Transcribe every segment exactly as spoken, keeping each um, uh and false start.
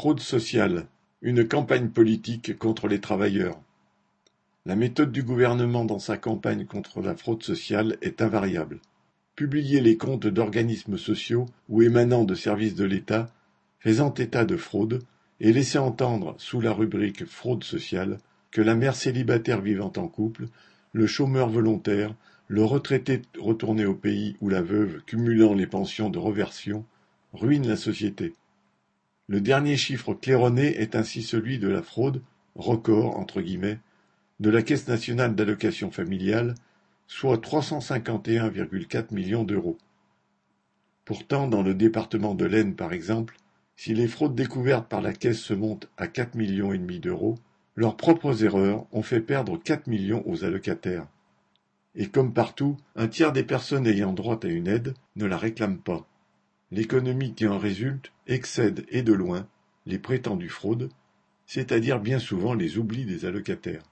Fraude sociale, une campagne politique contre les travailleurs. La méthode du gouvernement dans sa campagne contre la fraude sociale est invariable. Publier les comptes d'organismes sociaux ou émanant de services de l'État, faisant état de fraude, et laisser entendre, sous la rubrique fraude sociale, que la mère célibataire vivant en couple, le chômeur volontaire, le retraité retourné au pays ou la veuve cumulant les pensions de réversion ruinent la société. Le dernier chiffre claironné est ainsi celui de la fraude, record entre guillemets, de la Caisse nationale d'allocations familiales, soit trois cent cinquante et un virgule quatre millions d'euros. Pourtant, dans le département de l'Aisne par exemple, si les fraudes découvertes par la Caisse se montent à quatre millions et demi d'euros, leurs propres erreurs ont fait perdre quatre millions aux allocataires. Et comme partout, un tiers des personnes ayant droit à une aide ne la réclament pas. L'économie qui en résulte excède et de loin les prétendues fraudes, c'est-à-dire bien souvent les oublis des allocataires.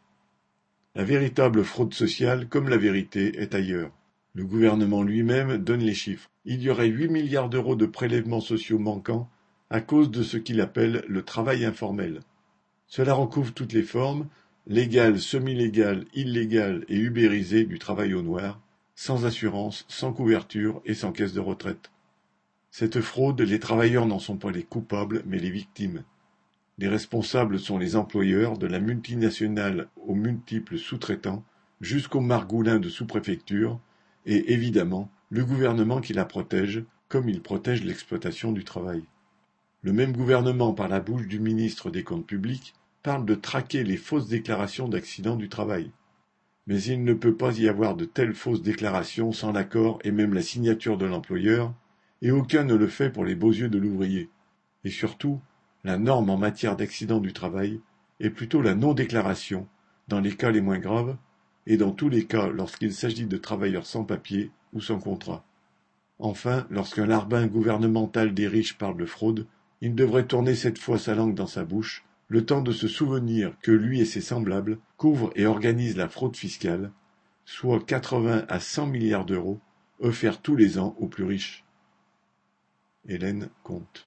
La véritable fraude sociale, comme la vérité, est ailleurs. Le gouvernement lui-même donne les chiffres. Il y aurait huit milliards d'euros de prélèvements sociaux manquants à cause de ce qu'il appelle le travail informel. Cela recouvre toutes les formes, légales, semi-légales, illégales et ubérisées du travail au noir, sans assurance, sans couverture et sans caisse de retraite. Cette fraude, les travailleurs n'en sont pas les coupables, mais les victimes. Les responsables sont les employeurs, de la multinationale aux multiples sous-traitants, jusqu'aux margoulins de sous-préfecture, et évidemment, le gouvernement qui la protège, comme il protège l'exploitation du travail. Le même gouvernement, par la bouche du ministre des Comptes publics, parle de traquer les fausses déclarations d'accidents du travail. Mais il ne peut pas y avoir de telles fausses déclarations sans l'accord et même la signature de l'employeur, et aucun ne le fait pour les beaux yeux de l'ouvrier. Et surtout, la norme en matière d'accident du travail est plutôt la non-déclaration, dans les cas les moins graves, et dans tous les cas lorsqu'il s'agit de travailleurs sans papier ou sans contrat. Enfin, lorsqu'un larbin gouvernemental des riches parle de fraude, il devrait tourner cette fois sa langue dans sa bouche, le temps de se souvenir que lui et ses semblables couvrent et organisent la fraude fiscale, soit quatre-vingts à cent milliards d'euros, offerts tous les ans aux plus riches. Hélène Comte.